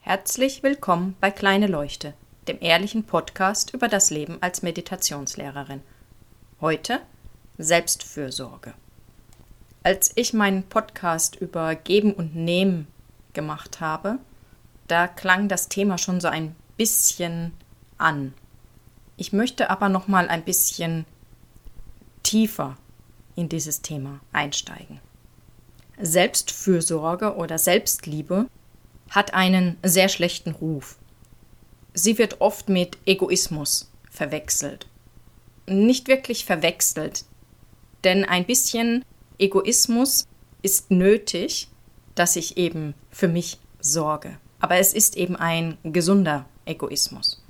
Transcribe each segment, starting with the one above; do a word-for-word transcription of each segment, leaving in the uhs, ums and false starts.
Herzlich willkommen bei Kleine Leuchte, dem ehrlichen Podcast über das Leben als Meditationslehrerin. Heute Selbstfürsorge. Als ich meinen Podcast über Geben und Nehmen gemacht habe, da klang das Thema schon so ein bisschen an. Ich möchte aber noch mal ein bisschen tiefer in dieses Thema einsteigen. Selbstfürsorge oder Selbstliebe hat einen sehr schlechten Ruf. Sie wird oft mit Egoismus verwechselt. Nicht wirklich verwechselt, denn ein bisschen Egoismus ist nötig, dass ich eben für mich sorge. Aber es ist eben ein gesunder Egoismus.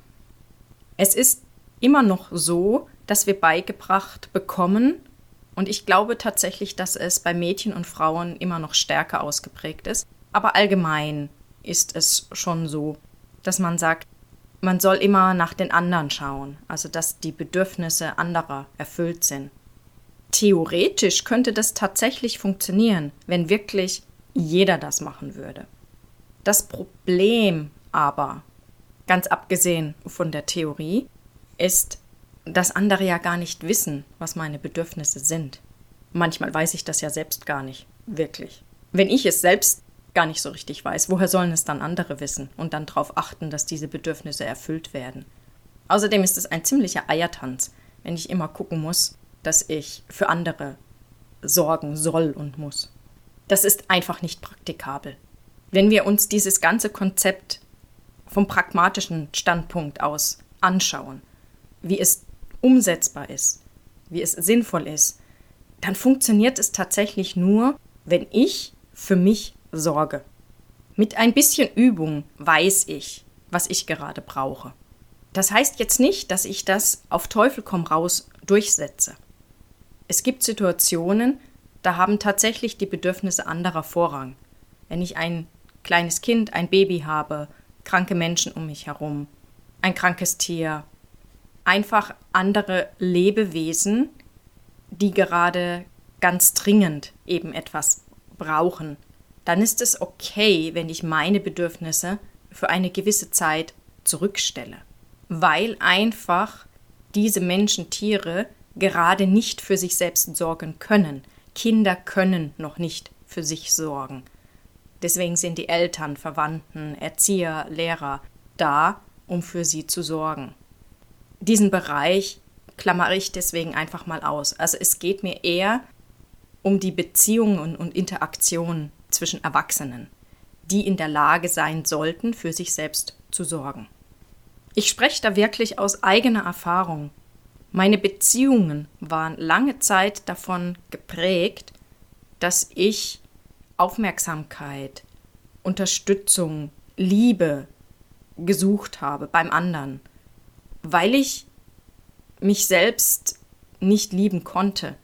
Es ist immer noch so, dass wir beigebracht bekommen, und ich glaube tatsächlich, dass es bei Mädchen und Frauen immer noch stärker ausgeprägt ist, aber allgemein ist es schon so, dass man sagt, man soll immer nach den anderen schauen, also dass die Bedürfnisse anderer erfüllt sind. Theoretisch könnte das tatsächlich funktionieren, wenn wirklich jeder das machen würde. Das Problem aber, ganz abgesehen von der Theorie, ist, dass andere ja gar nicht wissen, was meine Bedürfnisse sind. Manchmal weiß ich das ja selbst gar nicht, wirklich. Wenn ich es selbst gar nicht so richtig weiß, woher sollen es dann andere wissen und dann darauf achten, dass diese Bedürfnisse erfüllt werden? Außerdem ist es ein ziemlicher Eiertanz, wenn ich immer gucken muss, dass ich für andere sorgen soll und muss. Das ist einfach nicht praktikabel. Wenn wir uns dieses ganze Konzept vom pragmatischen Standpunkt aus anschauen, wie es umsetzbar ist, wie es sinnvoll ist, dann funktioniert es tatsächlich nur, wenn ich für mich sorge. Mit ein bisschen Übung weiß ich, was ich gerade brauche. Das heißt jetzt nicht, dass ich das auf Teufel komm raus durchsetze. Es gibt Situationen, da haben tatsächlich die Bedürfnisse anderer Vorrang. Wenn ich ein kleines Kind, ein Baby habe, kranke Menschen um mich herum, ein krankes Tier, einfach andere Lebewesen, die gerade ganz dringend eben etwas brauchen, dann ist es okay, wenn ich meine Bedürfnisse für eine gewisse Zeit zurückstelle, weil einfach diese Menschen, Tiere gerade nicht für sich selbst sorgen können. Kinder können noch nicht für sich sorgen. Deswegen sind die Eltern, Verwandten, Erzieher, Lehrer da, um für sie zu sorgen. Diesen Bereich klammere ich deswegen einfach mal aus. Also es geht mir eher um die Beziehungen und Interaktionen zwischen Erwachsenen, die in der Lage sein sollten, für sich selbst zu sorgen. Ich spreche da wirklich aus eigener Erfahrung. Meine Beziehungen waren lange Zeit davon geprägt, dass ich Aufmerksamkeit, Unterstützung, Liebe gesucht habe beim anderen, weil ich mich selbst nicht lieben konnte.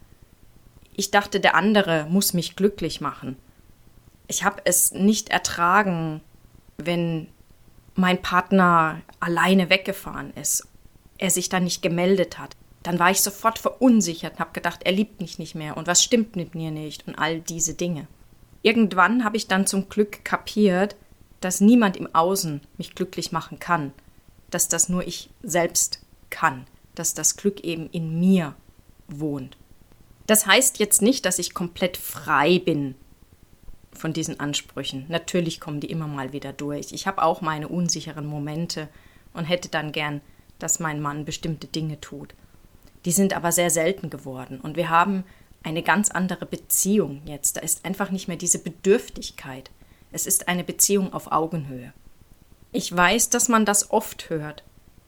Ich dachte, der andere muss mich glücklich machen. Ich habe es nicht ertragen, wenn mein Partner alleine weggefahren ist, er sich dann nicht gemeldet hat. Dann war ich sofort verunsichert und habe gedacht, er liebt mich nicht mehr und was stimmt mit mir nicht und all diese Dinge. Irgendwann habe ich dann zum Glück kapiert, dass niemand im Außen mich glücklich machen kann, dass das nur ich selbst kann, dass das Glück eben in mir wohnt. Das heißt jetzt nicht, dass ich komplett frei bin von diesen Ansprüchen. Natürlich kommen die immer mal wieder durch. Ich habe auch meine unsicheren Momente und hätte dann gern, dass mein Mann bestimmte Dinge tut. Die sind aber sehr selten geworden und wir haben eine ganz andere Beziehung jetzt. Da ist einfach nicht mehr diese Bedürftigkeit. Es ist eine Beziehung auf Augenhöhe. Ich weiß, dass man das oft hört,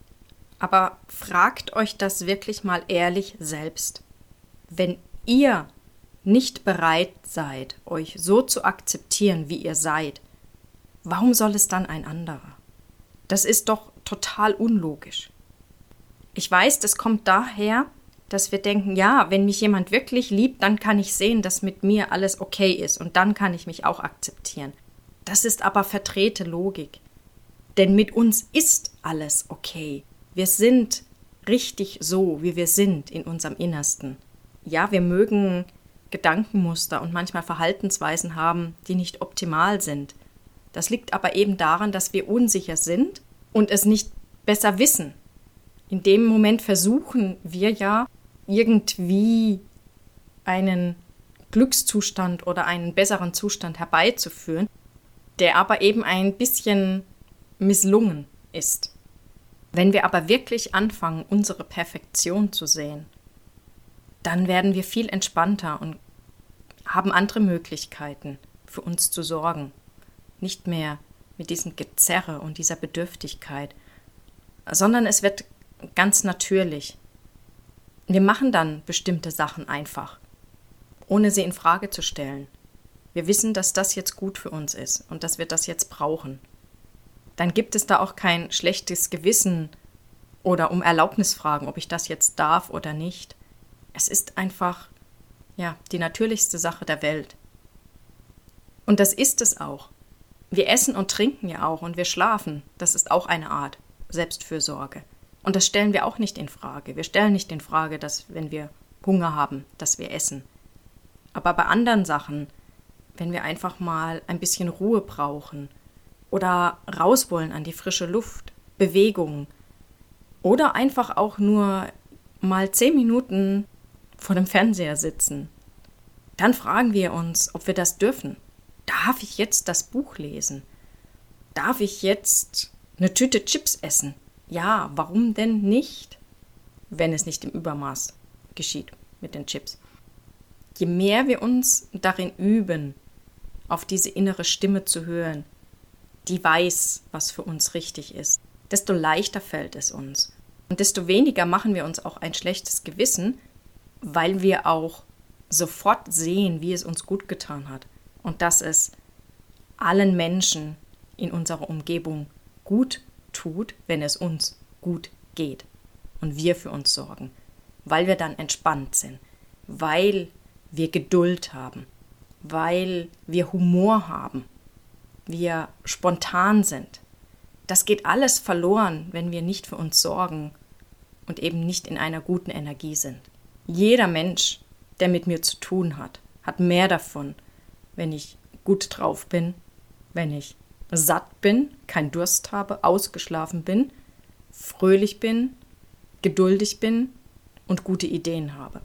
aber fragt euch das wirklich mal ehrlich selbst. Wenn ihr nicht bereit seid, euch so zu akzeptieren, wie ihr seid, warum soll es dann ein anderer? Das ist doch total unlogisch. Ich weiß, das kommt daher, dass wir denken, ja, wenn mich jemand wirklich liebt, dann kann ich sehen, dass mit mir alles okay ist und dann kann ich mich auch akzeptieren. Das ist aber verdrehte Logik. Denn mit uns ist alles okay. Wir sind richtig so, wie wir sind in unserem Innersten. Ja, wir mögen Gedankenmuster und manchmal Verhaltensweisen haben, die nicht optimal sind. Das liegt aber eben daran, dass wir unsicher sind und es nicht besser wissen. In dem Moment versuchen wir ja irgendwie einen Glückszustand oder einen besseren Zustand herbeizuführen, der aber eben ein bisschen misslungen ist. Wenn wir aber wirklich anfangen, unsere Perfektion zu sehen, dann werden wir viel entspannter und haben andere Möglichkeiten, für uns zu sorgen. Nicht mehr mit diesem Gezerre und dieser Bedürftigkeit, sondern es wird ganz natürlich. Wir machen dann bestimmte Sachen einfach, ohne sie in Frage zu stellen. Wir wissen, dass das jetzt gut für uns ist und dass wir das jetzt brauchen. Dann gibt es da auch kein schlechtes Gewissen oder um Erlaubnis fragen, ob ich das jetzt darf oder nicht. Es ist einfach, ja, die natürlichste Sache der Welt. Und das ist es auch. Wir essen und trinken ja auch und wir schlafen. Das ist auch eine Art Selbstfürsorge. Und das stellen wir auch nicht in Frage. Wir stellen nicht in Frage, dass, wenn wir Hunger haben, dass wir essen. Aber bei anderen Sachen, wenn wir einfach mal ein bisschen Ruhe brauchen oder raus wollen an die frische Luft, Bewegung oder einfach auch nur mal zehn Minuten vor dem Fernseher sitzen, dann fragen wir uns, ob wir das dürfen. Darf ich jetzt das Buch lesen? Darf ich jetzt eine Tüte Chips essen? Ja, warum denn nicht, wenn es nicht im Übermaß geschieht mit den Chips? Je mehr wir uns darin üben, auf diese innere Stimme zu hören, die weiß, was für uns richtig ist, desto leichter fällt es uns. Und desto weniger machen wir uns auch ein schlechtes Gewissen, weil wir auch sofort sehen, wie es uns gut getan hat und dass es allen Menschen in unserer Umgebung gut tut, wenn es uns gut geht und wir für uns sorgen, weil wir dann entspannt sind, weil wir Geduld haben, weil wir Humor haben, wir spontan sind. Das geht alles verloren, wenn wir nicht für uns sorgen und eben nicht in einer guten Energie sind. Jeder Mensch, der mit mir zu tun hat, hat mehr davon, wenn ich gut drauf bin, wenn ich satt bin, keinen Durst habe, ausgeschlafen bin, fröhlich bin, geduldig bin und gute Ideen habe.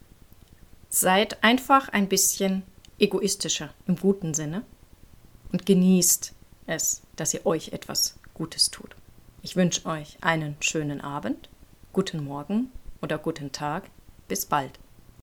Seid einfach ein bisschen egoistischer im guten Sinne und genießt es, dass ihr euch etwas Gutes tut. Ich wünsche euch einen schönen Abend, guten Morgen oder guten Tag. Bis bald.